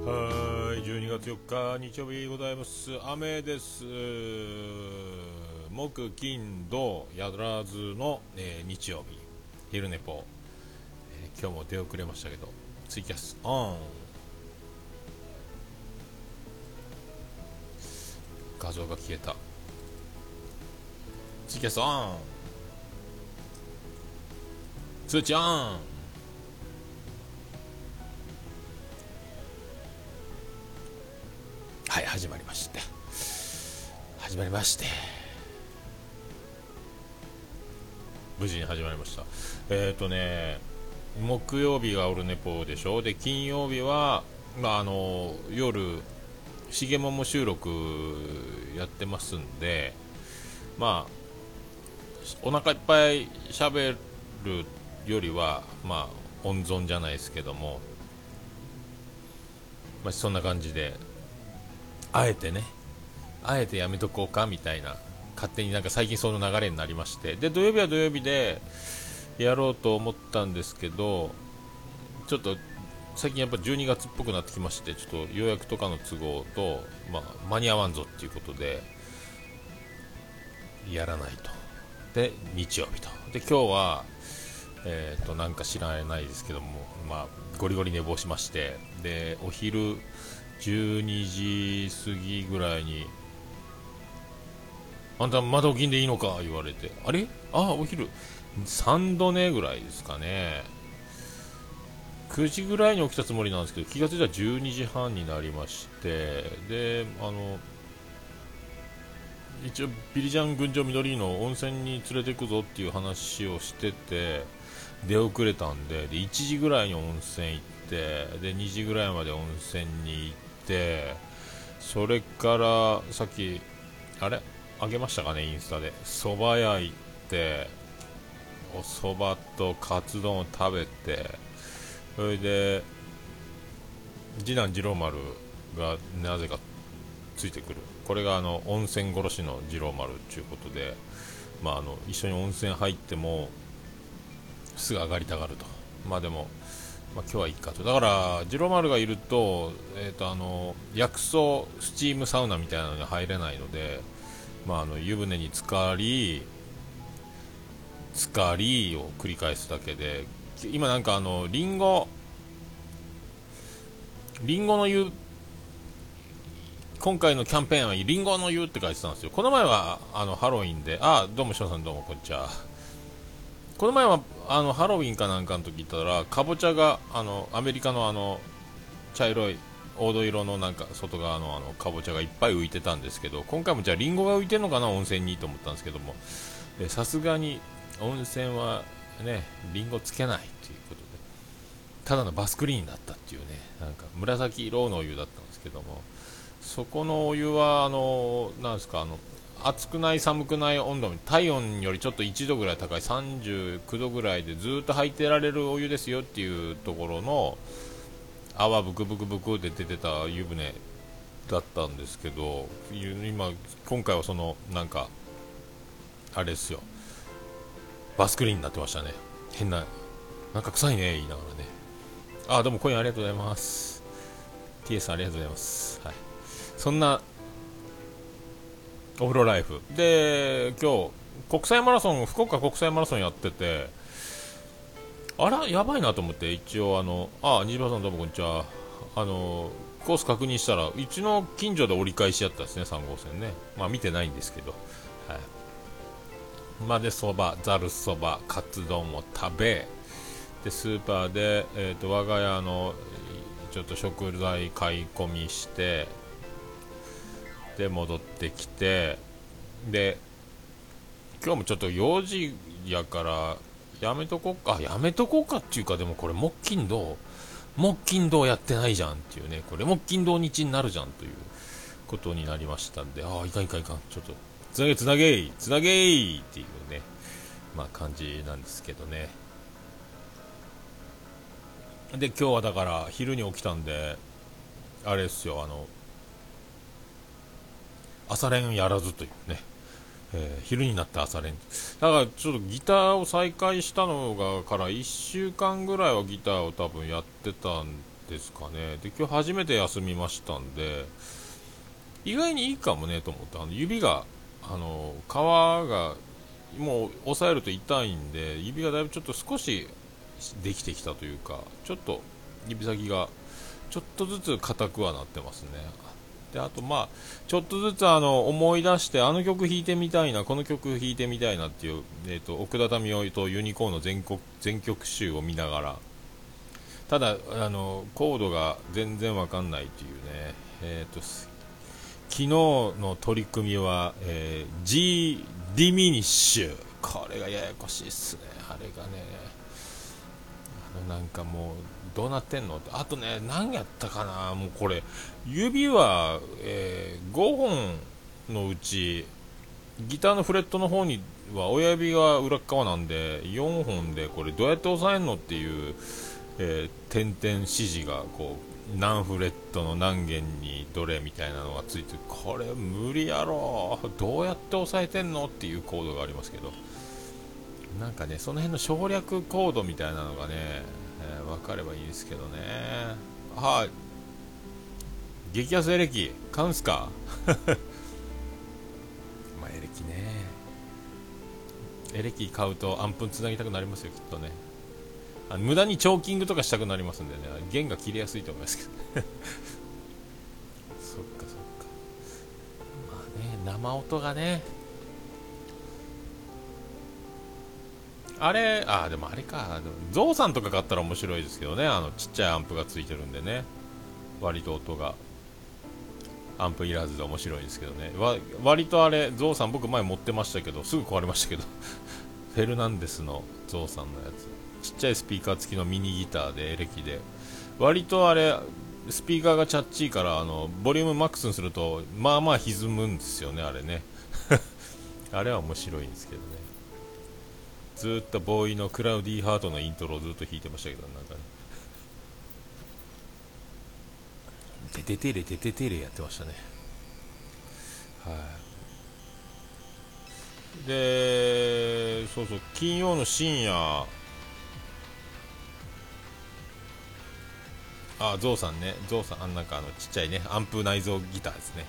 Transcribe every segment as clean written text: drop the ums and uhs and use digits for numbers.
はい、12月4日日曜日ございます。雨です。木金土やらずの、日曜日昼寝ぽ、今日も出遅れましたけどツイキャスオン、画像が消えた。ツイキャスオン、通知オン。はい、始まりまして無事に始まりました。木曜日がオルネポでしょ。で金曜日は、夜しげもも収録やってますんで、お腹いっぱい喋るよりは温存じゃないですけども、そんな感じであえてやめとこうかみたいな、勝手になんか最近その流れになりまして、で土曜日は土曜日でやろうと思ったんですけど、ちょっと最近やっぱ12月っぽくなってきまして、ちょっと予約とかの都合と、間に合わんぞっていうことでやらないと。で日曜日と、で今日はなんか知らないですけども、ゴリゴリ寝坊しまして、でお昼12時過ぎぐらいに、あんたまだ起きんでいいのか言われて、あれ、お昼3度寝ぐらいですかね。9時ぐらいに起きたつもりなんですけど、気がついたら12時半になりまして、で一応ビリジャン群青緑の温泉に連れてくぞっていう話をしてて、出遅れたんで、1時ぐらいに温泉行って、で2時ぐらいまで温泉に行って、それからさっきあげましたかね、インスタで蕎麦屋行って、お蕎麦とカツ丼を食べて、それで次男次郎丸がなぜかついてくる。これが温泉殺しの次郎丸ということで、一緒に温泉入ってもすぐ上がりたがると。でも、今日はいいかと。だから次郎丸がいると、薬草スチームサウナみたいなのに入れないので、湯船に浸かりを繰り返すだけで、今なんかリンゴの湯、今回のキャンペーンはリンゴの湯って書いてたんですよ。この前はハロウィンで、どうも翔さん、どうもこんにちは。この前はハロウィンかなんかの時行ったら、かぼちゃがアメリカの茶色い黄土色のなんか外側のかぼちゃがいっぱい浮いてたんですけど、今回もじゃあリンゴが浮いてるのかな温泉にと思ったんですけども、さすがに温泉はねリンゴつけないということで、ただのバスクリーンだったっていうね、なんか紫色のお湯だったんですけども、そこのお湯はなんですか、暑くない寒くない温度、体温よりちょっと1度ぐらい高い39度ぐらいでずっと入ってられるお湯ですよっていうところの泡ブクブクブクで出てた湯船だったんですけど、今回はなんかあれですよ、バスクリーンになってましたね。変な、なんか臭いね言いながらね。どうもコインありがとうございます。 TS ありがとうございます。はい、そんなお風呂ライフで、今日福岡国際マラソンやってて、やばいなと思って、一応西村さん、どうもこんにちは。コース確認したら、うちの近所で折り返しやったんですね、3号線ね。見てないんですけど、はい。でざるそばカツ丼を食べ、でスーパーで、我が家のちょっと食材買い込みして、で戻ってきて、で今日もちょっと4時やからやめとこうかっていうか、でもこれ木金土やってないじゃんっていうね、これ木金土日になるじゃんということになりましたんで、いかん、ちょっとつなげーっていうね、感じなんですけどね。で今日はだから昼に起きたんで、あれですよ、朝練やらずというね、昼になって朝練だから、ちょっとギターを再開したのがから1週間ぐらいはギターを多分やってたんですかね。で今日初めて休みましたんで、意外にいいかもねと思って、指が皮がもう押さえると痛いんで、指がだいぶちょっと少しできてきたというか、ちょっと指先がちょっとずつ硬くはなってますね。であとちょっとずつ思い出して、あの曲弾いてみたいな、この曲弾いてみたいなっていう、奥田民生とユニコーンの全曲集を見ながら、ただコードが全然わかんないっていうね。昨日の取り組みは、G ディミニッシュ、これがややこしいっすね。あれがね、なんかもうどうなってんのって。あとね、何やったかな、もうこれ指は、5本のうちギターのフレットの方には親指が裏っ側なんで4本で、これどうやって押さえんのっていう、点々指示がこう何フレットの何弦にどれみたいなのがついて、これ無理やろ、どうやって押さえてんのっていうコードがありますけど、なんかね、その辺の省略コードみたいなのがね、分かればいいですけどね。はい、激安エレキ買うんすかエレキね、エレキ買うとアンプンつなぎたくなりますよきっとね。無駄にチョーキングとかしたくなりますんでね、弦が切れやすいと思いますけどそっかそっか。生音がね、でもあれか、ゾウさんとか買ったら面白いですけどね、ちっちゃいアンプがついてるんでね、割と音がアンプいらずで面白いですけどね。割とあれ、ゾウさん僕前持ってましたけど、すぐ壊れましたけどフェルナンデスのゾウさんのやつ、ちっちゃいスピーカー付きのミニギターでエレキで、割とあれスピーカーがチャッチーから、ボリュームマックスにするとまあまあ歪むんですよね、あれねあれは面白いんですけどね。ずーっとボーイのクラウディーハートのイントロをずっと弾いてましたけど、なんかね、テテテレテテテレやってましたね。はい、で、そうそう、金曜の深夜、ゾウさんね、ゾウさん、なんかちっちゃいね、アンプ内蔵ギターですね。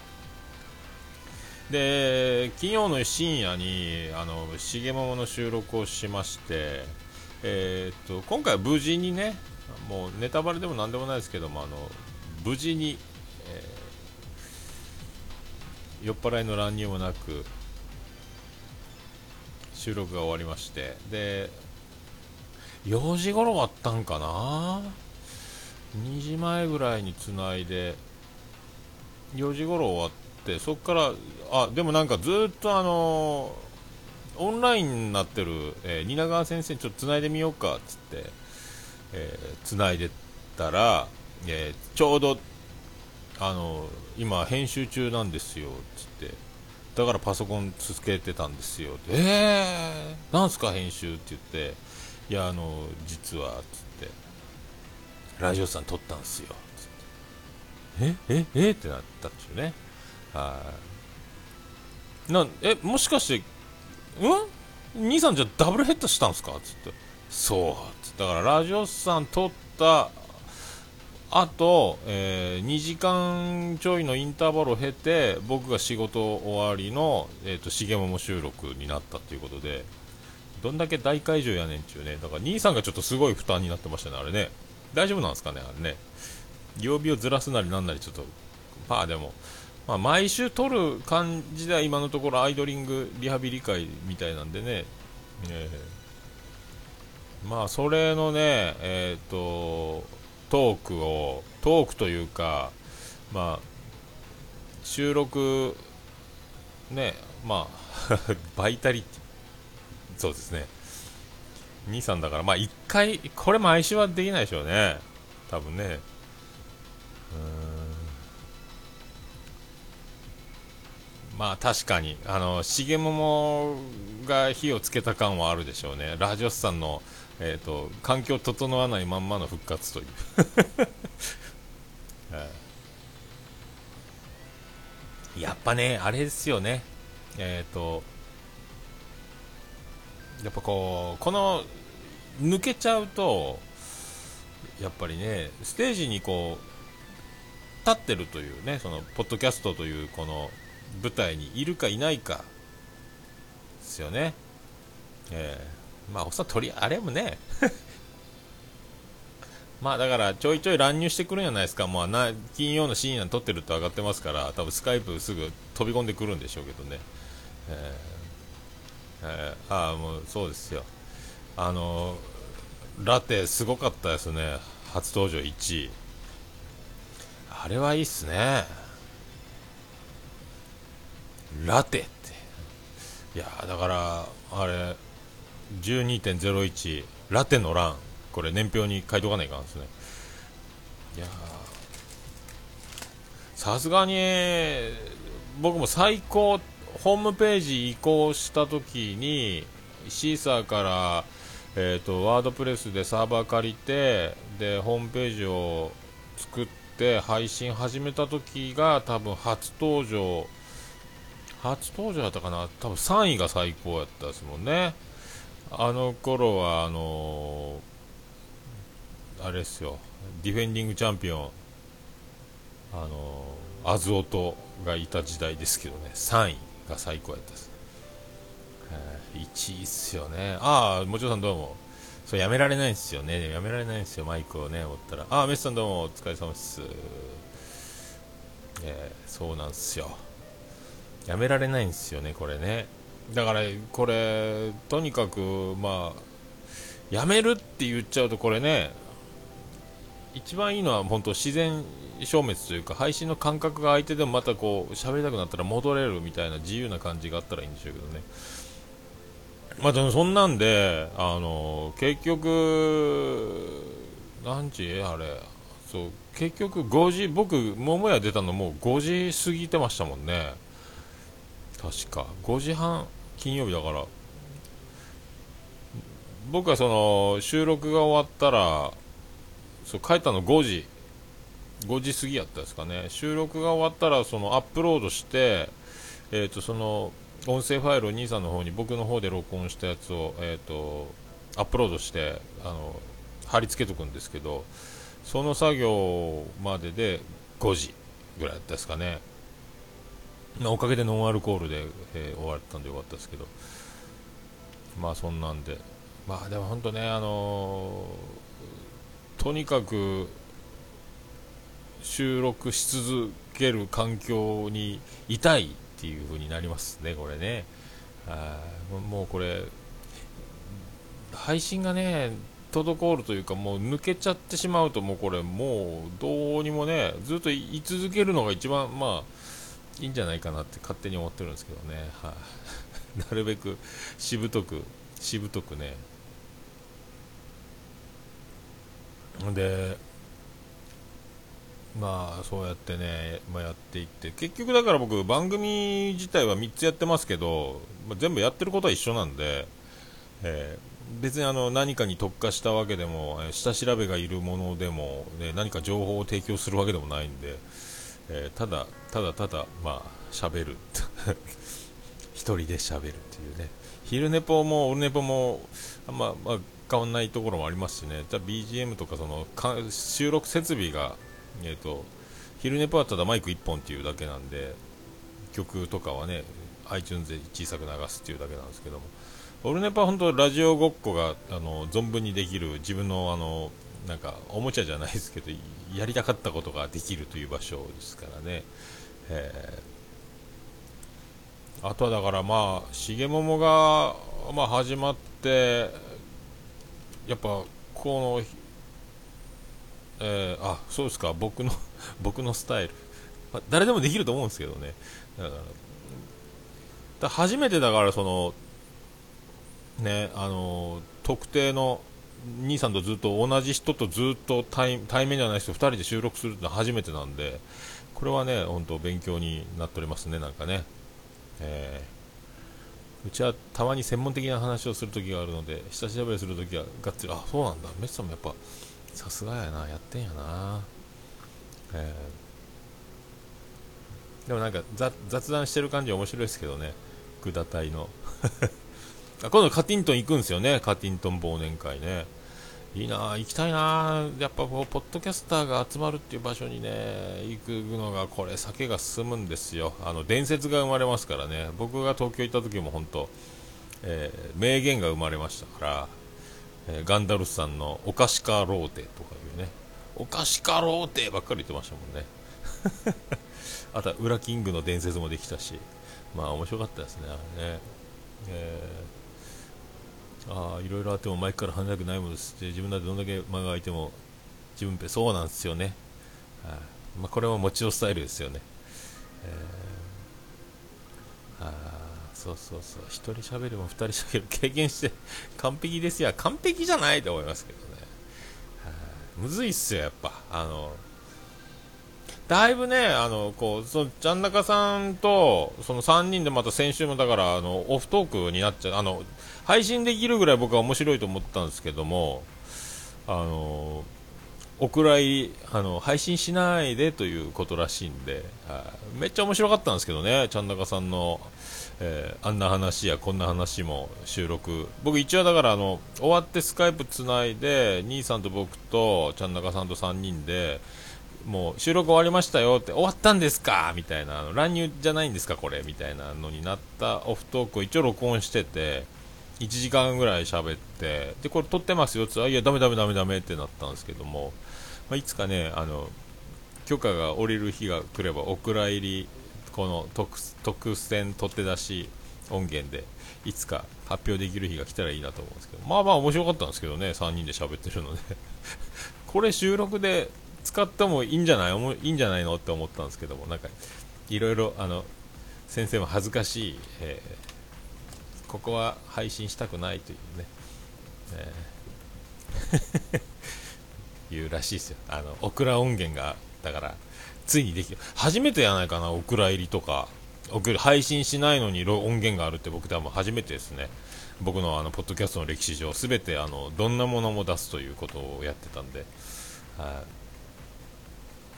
で、金曜の深夜にしげももの収録をしまして、今回は無事にね、もうネタバレでもなんでもないですけども、無事に、酔っ払いの乱入もなく収録が終わりまして、で4時頃終わったんかな、2時前ぐらいにつないで4時頃終わって、そこからでもなんかずっとオンラインになってる、蜷川先生にちょっとつないでみようかっつって、つないでたら、ちょうど今編集中なんですよっつって、だからパソコンつけてたんですよって、なんすか編集って言って、いや実はっつって、ラジオさん撮ったんですよつって、ってなったんですよね。もしかして兄さんじゃダブルヘッドしたんすかつって、そうつって、だからラジオさん撮ったあと、2時間ちょいのインターバルを経て、僕が仕事終わりの、しげもも収録になったということで、どんだけ大会場やねんちゅうね。だから兄さんがちょっとすごい負担になってましたね、あれね。大丈夫なんですかね、あれね。曜日をずらすなりなんなりちょっと、でも、毎週撮る感じでは今のところアイドリングリハビリ会みたいなんでね、それのね、トークというか、収録ね、バイタリティ、そうですね、兄さんだから、一回これ毎週はできないでしょうね、多分ね。確かに重桃が火をつけた感はあるでしょうね。ラジオスさんの、環境整わないまんまの復活というやっぱね、あれですよね。やっぱこの抜けちゃうと、 やっぱりねステージにこう立ってるというね、そのポッドキャストというこの舞台にいるかいないかですよね。まあおっさんあれもねまあだからちょいちょい乱入してくるんじゃないですか。もう金曜の深夜に撮ってると上がってますから、多分スカイプすぐ飛び込んでくるんでしょうけどね。もうそうですよ。あのラテすごかったですね。初登場1位。あれはいいっすね。ラテって。いやだからあれ 12.01 ラテの欄、これ年表に書いとかないかんですね。いやさすがに僕も最高ホームページ移行した時にシーサーから、ワードプレスでサーバー借りて、でホームページを作って配信始めた時が多分初登場だったかな。多分3位が最高やったですもんね。あの頃はあれですよ、ディフェンディングチャンピオンアズオトがいた時代ですけどね、3位が最高やったです。1位っすよね。もちろんどうも。そうやめられないんですよね。やめられないんですよ、マイクをね持ったら。メスさんどうもお疲れ様です。そうなんですよ。やめられないんですよね、これね。だからこれとにかくまあやめるって言っちゃうとこれね、一番いいのは本当自然消滅というか、配信の感覚が相手でもまたこう喋りたくなったら戻れるみたいな自由な感じがあったらいいんでしょうけどね。まあでもそんなんで結局何時あれ、そう結局5時、僕桃屋出たのもう5時過ぎてましたもんね。確か5時半、金曜日だから。僕はその収録が終わったらそう帰ったの5時過ぎやったですかね。収録が終わったらそのアップロードして、その音声ファイルを兄さんの方に僕の方で録音したやつを、アップロードして貼り付けとくんですけど、その作業までで5時ぐらいだったですかね。おかげでノンアルコールで、終わったんでよかったですけど、まあそんなんで、まあでも本当ねとにかく収録し続ける環境にいたいっていう風になりますね、これね。もうこれ配信がね滞るというか、もう抜けちゃってしまうと、もうこれもうどうにもね、ずっと言い続けるのが一番まあいいんじゃないかなって勝手に思ってるんですけどね。なるべくしぶとくね。でまあそうやってね、やっていって、結局だから僕番組自体は3つやってますけど、全部やってることは一緒なんで、別に何かに特化したわけでも、下調べがいるものでも、何か情報を提供するわけでもないんで、ただまあ喋る一人で喋るっていうね。昼寝ぽもオルネポもまあ変わんないところもありますしね。じゃあ BGM とかその収録設備が昼寝ぽはただマイク1本っていうだけなんで、曲とかはね iTunes で小さく流すっていうだけなんですけども、オルネポは本当ラジオごっこが存分にできる、自分のなんかおもちゃじゃないですけどやりたかったことができるという場所ですからね。あとはだからまあしげももが、始まって、やっぱこの、そうですか、僕の僕のスタイル、誰でもできると思うんですけどね。だから初めてだからそのね、特定の兄さんとずっと同じ人とずっと対面じゃない人2人で収録するってのは初めてなんで、これはね本当勉強になっておりますね、なんかね。うちはたまに専門的な話をするときがあるので、下調べするときはがっつり、そうなんだ、メッサもやっぱさすがやな、やってんやな。でもなんか雑談してる感じ面白いですけどね、グダ隊の今度カティントン行くんですよね、カティントン忘年会ね。 いいな、行きたいな。やっぱこうポッドキャスターが集まるっていう場所にね行くのが、これ酒が進むんですよ。伝説が生まれますからね。僕が東京行った時も本当、名言が生まれましたから、ガンダルスさんのお菓子カーローテとかいうね、お菓子カーローテばっかり言ってましたもんね。あとはウラキングの伝説もできたし、まあ面白かったですね、あれね。いろいろあってもマイクから離れたくないものですって、自分だってどんだけ間が空いても自分そうなんですよね。まあ、これももちろんスタイルですよね。そうそうそう、一人喋るも二人喋る経験して完璧ですよ。完璧じゃないと思いますけどね。むずいっすよ、やっぱ。だいぶね、その、ちゃんなかさんと、その3人でまた先週もだから、オフトークになっちゃう、配信できるぐらい僕は面白いと思ったんですけども、あの、お蔵入り、配信しないでということらしいんで、めっちゃ面白かったんですけどね、ちゃんなかさんの、あんな話やこんな話も収録。僕一応だから終わってスカイプつないで、兄さんと僕とちゃんなかさんと3人で、もう収録終わりましたよって、終わったんですかみたいな、乱入じゃないんですかこれみたいなのになったオフトークを一応録音してて、1時間ぐらい喋って、でこれ撮ってますよって言ったら、いやダメダメダメダメってなったんですけども、まあ、いつかね許可が下りる日が来ればお蔵入り、この特選取って出し音源でいつか発表できる日が来たらいいなと思うんですけど、まあまあ面白かったんですけどね、3人で喋ってるのでこれ収録で使ってもいいんじゃないのって思ったんですけども、なんかいろいろ先生も恥ずかしい、ここは配信したくないというね、いうらしいですよ。オクラ音源がだからついにできる、初めてやないかな、オクラ入りとか配信しないのに音源があるって、僕多分初めてですね。僕のポッドキャストの歴史上すべてどんなものも出すということをやってたんで、はい。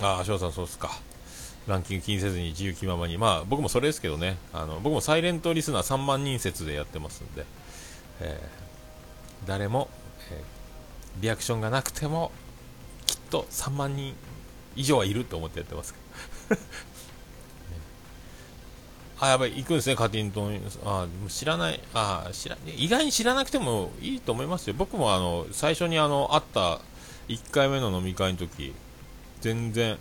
翔さんそうっすか。ランキング気にせずに自由気ままに、まあ僕もそれですけどね、僕もサイレントリスナー3万人説でやってますんで、誰も、リアクションがなくてもきっと3万人以上はいると思ってやってますけどやっぱり行くんですね、カティントン。知らない、意外に知らなくてもいいと思いますよ。僕も最初に会った1回目の飲み会の時、全然、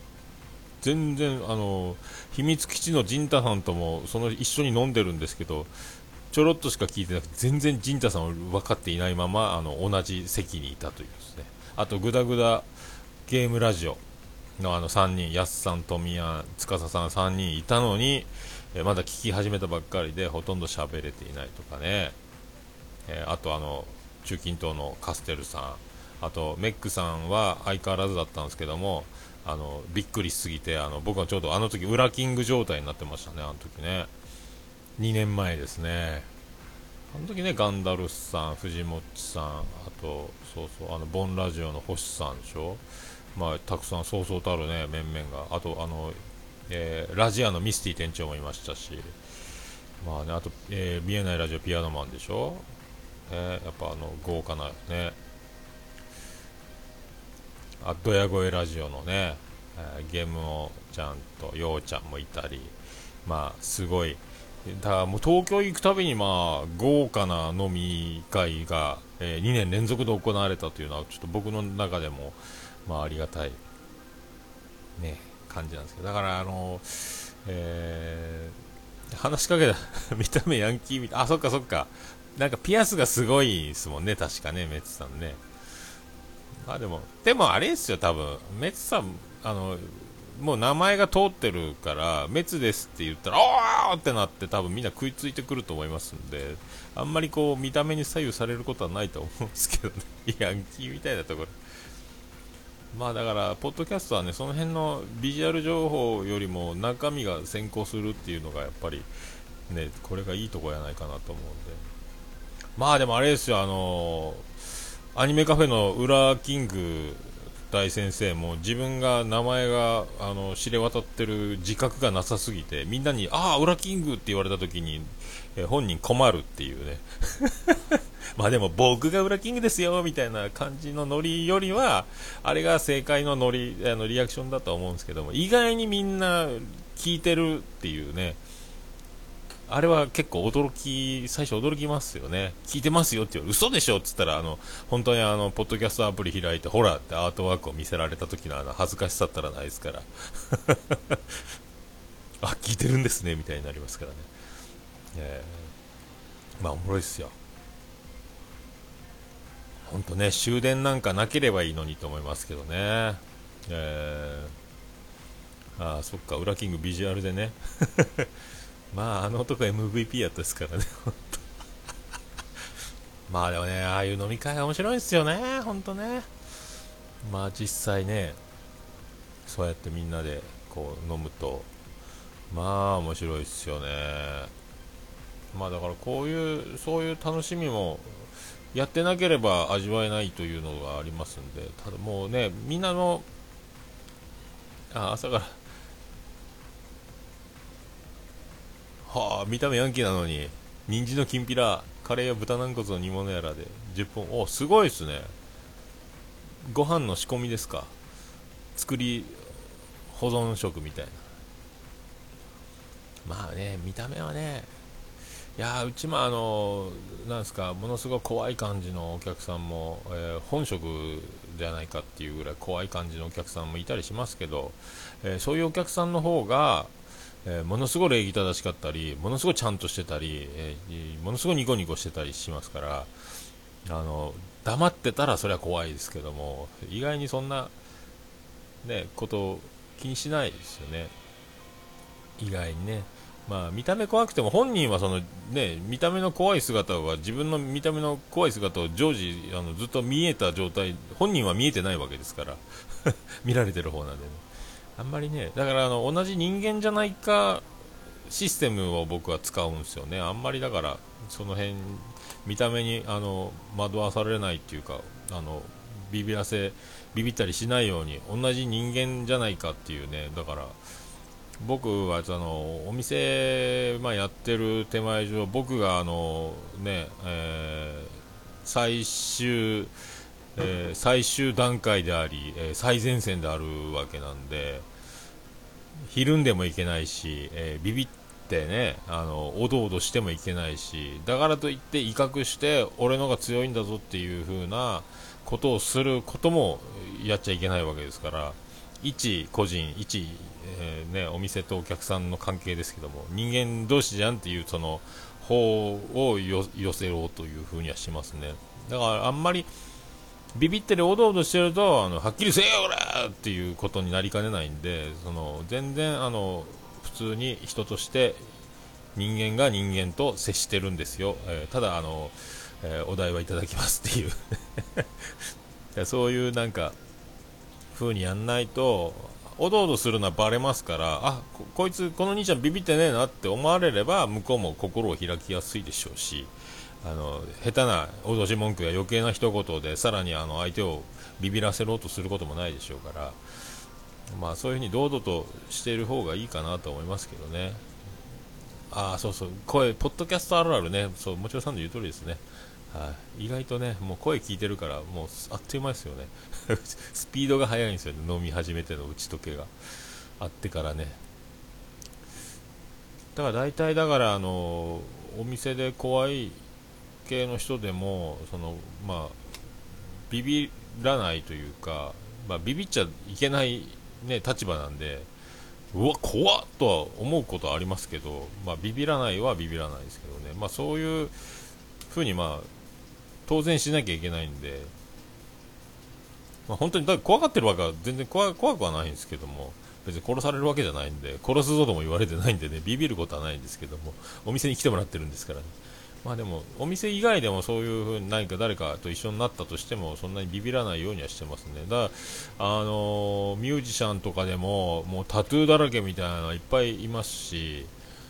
秘密基地の陣太さんとも一緒に飲んでるんですけど、ちょろっとしか聞いてなくて、全然陣太さんを分かっていないまま同じ席にいたというですね。あとグダグダゲームラジオの3人、やすさん、富谷、司さん3人いたのに、まだ聞き始めたばっかりでほとんど喋れていないとかね。あと中近東のカステルさん、あとメックさんは相変わらずだったんですけども、びっくりしすぎて、僕はちょうど時ウラキング状態になってましたね、時ね。2年前ですね。時ね、ガンダルスさん、藤もっちさん、あとそうそう、ボンラジオの星さんでしょ。まあたくさんそうそうたるね面々が、あとラジアのミスティ店長もいましたし、まあね、あと、見えないラジオピアノマンでしょ。やっぱ豪華なね、ドヤ声ラジオのね、ゲームをちゃんとようちゃんもいたり、まあすごい、だからもう東京行くたびにまあ豪華な飲み会が、2年連続で行われたというのはちょっと僕の中でもまあありがたいね感じなんですけど、だから話しかけた見た目ヤンキーみたい、そっかそっか、なんかピアスがすごいですもんね、確かね、メツさんね。まあでもあれですよ、多分メツさんもう名前が通ってるから、メツですって言ったらおーってなって、多分みんな食いついてくると思いますんで、あんまりこう見た目に左右されることはないと思うんですけどねヤンキーみたいなところ、まあだからポッドキャストはね、その辺のビジュアル情報よりも中身が先行するっていうのがやっぱりね、これがいいところやないかなと思うんで、まあでもあれですよ、アニメカフェのウラキング大先生も自分が名前が知れ渡ってる自覚がなさすぎて、みんなにウラキングって言われた時に、本人困るっていうねまあでも僕がウラキングですよみたいな感じのノリよりはあれが正解のノリリアクションだと思うんですけども、意外にみんな聞いてるっていうね、あれは結構最初驚きますよね。聞いてますよって言う嘘でしょって言ったら、本当にポッドキャストアプリ開いて、ほらってアートワークを見せられた時の恥ずかしさったらないですから。あ、聞いてるんですね、みたいになりますからね。まあ、おもろいっすよ。本当ね、終電なんかなければいいのにと思いますけどね。そっか、ウラキングビジュアルでね。まあ、あの男 MVP やったですからね。まあでもね、ああいう飲み会が面白いですよね、ほんとね。まあ実際ね、そうやってみんなでこう飲むと、まあ面白いですよね。まあだからそういう楽しみもやってなければ味わえないというのがありますんで、ただもうね、みんなの、朝から、はあ、見た目ヤンキーなのに、人参のきんぴら、カレーや豚軟骨の煮物やらで10本、お、すごいですね。ご飯の仕込みですか。作り保存食みたいな。まあね、見た目はね、いやうちもなんですか、ものすごい怖い感じのお客さんも、本職じゃないかっていうぐらい怖い感じのお客さんもいたりしますけど、そういうお客さんの方が、ものすごい礼儀正しかったり、ものすごいちゃんとしてたり、ものすごいニコニコしてたりしますから、あの黙ってたらそれは怖いですけども、意外にそんな、ね、ことを気にしないですよね、意外にね。まあ見た目怖くても本人はその、ね、見た目の怖い姿は、自分の見た目の怖い姿を常時ずっと見えた状態、本人は見えてないわけですから見られてる方なんでね、あんまりね、だから同じ人間じゃないかシステムを僕は使うんですよね。あんまりだからその辺見た目に惑わされないっていうか、ビビらせビビったりしないように同じ人間じゃないかっていうね。だから僕はお店、やってる手前上、僕がね、最終段階であり、最前線であるわけなんで、ひるんでもいけないし、ビビってね、おどおどしてもいけないし、だからといって威嚇して俺のが強いんだぞっていう風なことをすることもやっちゃいけないわけですから、一個人、お店とお客さんの関係ですけども、人間同士じゃんっていうその方を寄せろという風にはしますね。だからあんまりビビってるおどおどしてると、はっきりせえよ俺っていうことになりかねないんで、全然普通に人として人間が人間と接してるんですよ。ただお題はいただきますっていうそういうなんか風にやんないと、おどおどするのはバレますから、こいつこの兄ちゃんビビってねえなって思われれば向こうも心を開きやすいでしょうし、下手な脅し文句や余計な一言でさらに相手をビビらせろうとすることもないでしょうから、まあそういうふうに堂々としている方がいいかなと思いますけどね。そうそう、声ポッドキャストあるあるね。そう、もちろんさんの言う通りですね。意外とね、もう声聞いてるからもうあっという間ですよねスピードが速いんですよね、飲み始めての打ち解けがあってからね。だから大体お店で怖い系の人でもビビらないというか、ビビっちゃいけない、ね、立場なんで、うわ怖っとは思うことはありますけど、ビビらないはビビらないですけどね。そういうふうに当然しなきゃいけないんで、本当にだから怖がってるわけは全然怖くはないんですけども、別に殺されるわけじゃないんで、殺すぞとも言われてないんでね、ビビることはないんですけども、お店に来てもらってるんですからね。でもお店以外でもそういう風に何か誰かと一緒になったとしてもそんなにビビらないようにはしてますね。だからミュージシャンとかでももうタトゥーだらけみたいなのはいっぱいいますし、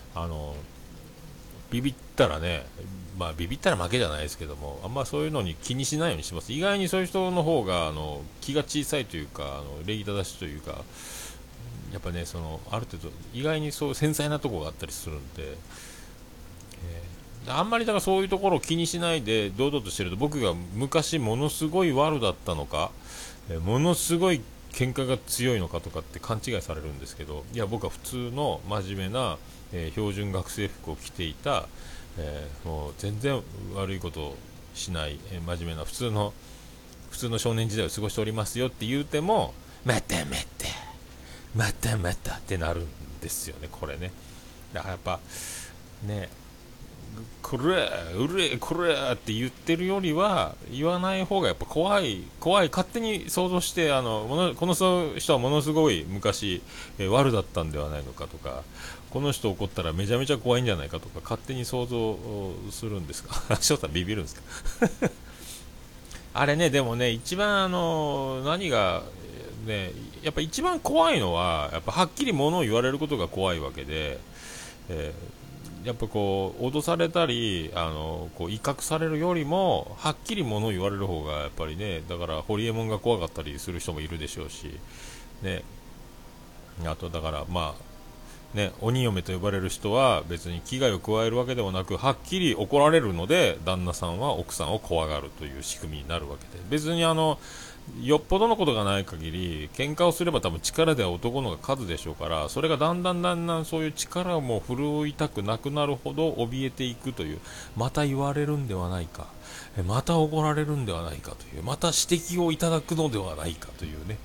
ビビったらね、ビビったら負けじゃないですけども、あんまそういうのに気にしないようにしてます。意外にそういう人の方が気が小さいというか、礼儀正しいというか、やっぱね、ある程度意外にそう繊細なところがあったりするんで、 あんまりだからそういうところを気にしないで堂々としてると、僕が昔ものすごい悪だったのか、ものすごい喧嘩が強いのかとかって勘違いされるんですけど、いや僕は普通の真面目な、標準学生服を着ていた、もう全然悪いことをしない、真面目な普通の少年時代を過ごしておりますよって言うても、またまたまたまたってなるんですよね、これね。だからやっぱね、これうれこれって言ってるよりは言わない方がやっぱ怖い勝手に想像して、この人はものすごい昔、悪だったんではないのかとか、この人怒ったらめちゃめちゃ怖いんじゃないかとか勝手に想像するんですか。翔さんビビるんですか。あれね、でもね、一番何がね、やっぱ一番怖いのはやっぱはっきり物を言われることが怖いわけで、えやっぱこう脅されたりこう威嚇されるよりもはっきり物を言われる方がやっぱりね、だからホリエモンが怖かったりする人もいるでしょうしね。あとだからまあね、鬼嫁と呼ばれる人は別に危害を加えるわけではなく、はっきり怒られるので旦那さんは奥さんを怖がるという仕組みになるわけで、別によっぽどのことがない限り喧嘩をすれば多分力では男の方が勝つでしょうから、それがだんだんそういう力をもう振るいたくなくなるほど怯えていくという、また言われるんではないか、また怒られるんではないかという、また指摘をいただくのではないかというね。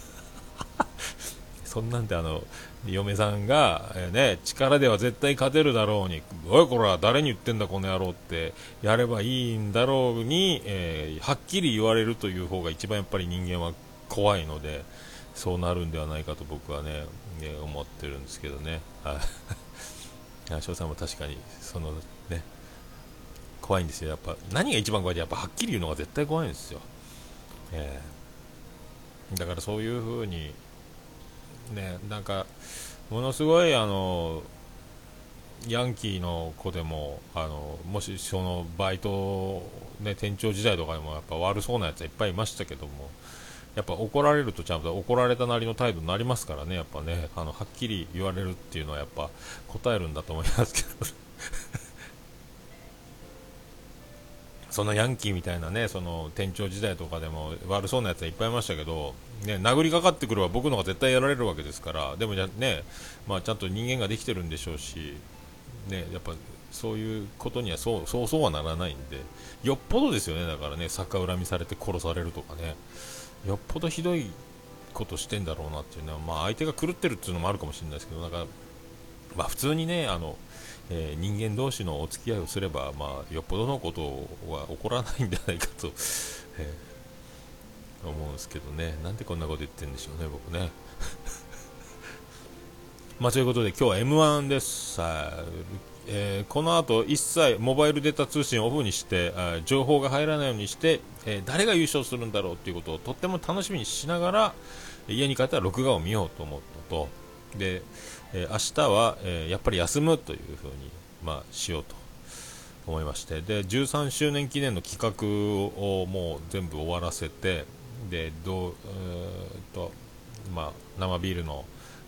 そんなんで嫁さんが、力では絶対勝てるだろうに、おいこら誰に言ってんだこの野郎ってやればいいんだろうに、はっきり言われるという方が一番やっぱり人間は怖いので、そうなるんではないかと僕はね、思ってるんですけどね。はい。翔さんも確かにね、怖いんですよ。やっぱ何が一番怖いって、やっぱはっきり言うのが絶対怖いんですよ。だからそういう風にね、なんかものすごいヤンキーの子でももしそのバイト、ね、店長時代とかでもやっぱ悪そうなやつはいっぱいいましたけども、やっぱ怒られるとちゃんと怒られたなりの態度になりますからね。やっぱね、はっきり言われるっていうのはやっぱ答えるんだと思いますけどそのヤンキーみたいなね、その店長時代とかでも悪そうなやつはいっぱいいましたけど、ね、殴りかかってくるは僕の方が絶対やられるわけですから。でもね、まあ、ちゃんと人間ができてるんでしょうし、ね、やっぱそういうことにはそうはならないんで、よっぽどですよね。だからね、逆恨みされて殺されるとかね、よっぽどひどいことしてんだろうなっていうのは、まあ、相手が狂ってるっていうのもあるかもしれないですけど、なんか、まあ、普通にね、人間同士のお付き合いをすれば、まあ、よっぽどのことは起こらないんじゃないかと、思うんですけどね。なんでこんなこと言ってるんでしょうね、僕ね。まあ、ということで今日は M1 です。この後一切モバイルデータ通信をオフにして、情報が入らないようにして、誰が優勝するんだろうということをとっても楽しみにしながら家に帰ったら録画を見ようと思ったのと、で、明日は、やっぱり休むというふうに、まあ、しようと思いまして、で13周年記念の企画をもう全部終わらせて、でまあ、生ビールの、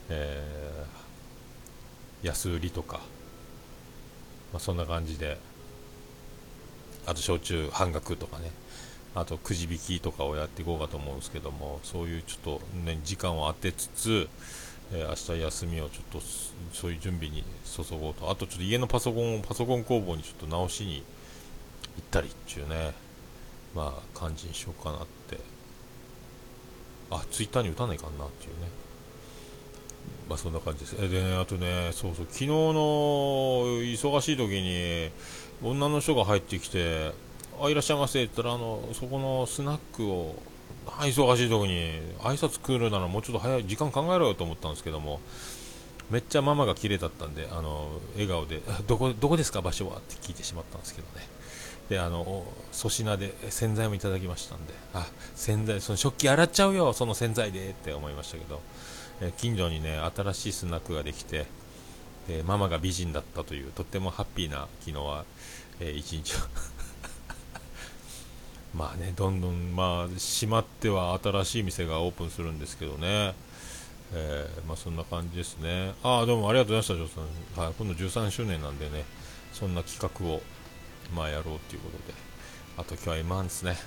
安売りとか、まあ、そんな感じで、あと焼酎半額とかね、あとくじ引きとかをやっていこうかと思うんですけども、そういうちょっと、ね、時間を当てつつ、明日休みをちょっとそういう準備に注ごうと、あとちょっと家のパソコン工房にちょっと直しに行ったりっていうね、まあ感じにしようかなって、ツイッターに打たないかなっていうね、まあそんな感じです。でね、あとね、そうそう、昨日の忙しい時に女の人が入ってきて、いらっしゃいませって言ったら、そこのスナックを、忙しい時に挨拶来るならもうちょっと早い時間考えろよと思ったんですけども、めっちゃママが綺麗だったんで、笑顔でどこですか場所はって聞いてしまったんですけどね。で粗品で洗剤もいただきましたんで、洗剤、その食器洗っちゃうよその洗剤でって思いましたけど、近所にね新しいスナックができて、ママが美人だったというとってもハッピーな昨日は、一日をまあね、どんどんまあ閉まっては新しい店がオープンするんですけどね、まあそんな感じですね。どうもありがとうございました、ジョーさん。はい、今度13周年なんでね、 そんな企画をまあやろうということで、あと今日は M1 ですね。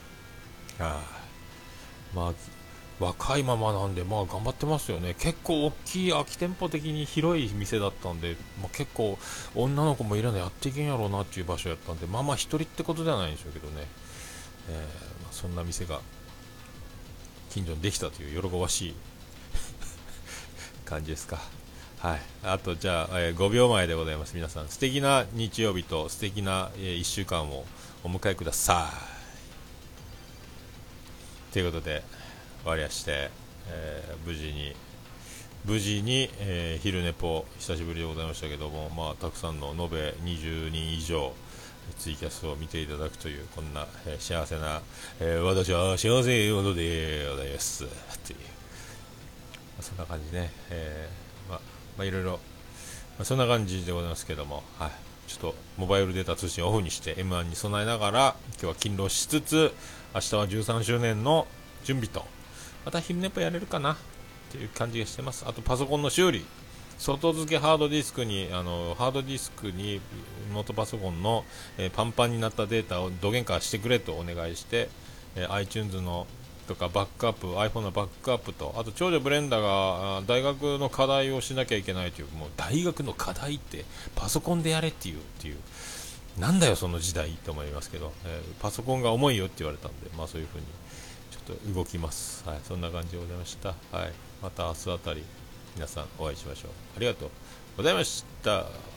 まあ若いままなんで、まあ頑張ってますよね。結構大きい空き店舗的に広い店だったんで、まあ、結構女の子もいるのやっていけんやろうなっていう場所やったんで、まあまあ一人ってことではないんでしょうけどね、まあ、そんな店が近所にできたという喜ばしい感じですか。はい。あとじゃあ、5秒前でございます。皆さん素敵な日曜日と素敵な、1週間をお迎えくださいということで終わりやして、無事に、昼寝ぽ久しぶりでございましたけども、まあ、たくさんの延べ20人以上ツイキャスを見ていただくというこんな、幸せな、私は幸せ者でございますという、そんな感じね、いろいろ、そんな感じでございますけども、はい、ちょっとモバイルデータ通信をオフにして M1 に備えながら今日は勤労しつつ、明日は13周年の準備と、また昼寝ぽやれるかなっていう感じがしてます。あとパソコンの修理、外付けハードディスクにノートパソコンの、パンパンになったデータをどげんかしてくれとお願いして、iTunes のとかバックアップ iPhone のバックアップと、あと長女ブレンダが大学の課題をしなきゃいけないという、もう大学の課題ってパソコンでやれっていうなんだよその時代って思いますけど、パソコンが重いよって言われたんで、まあそういう風にちょっと動きます。はい、そんな感じでございました。はい、また明日あたり皆さんお会いしましょう。ありがとうございました。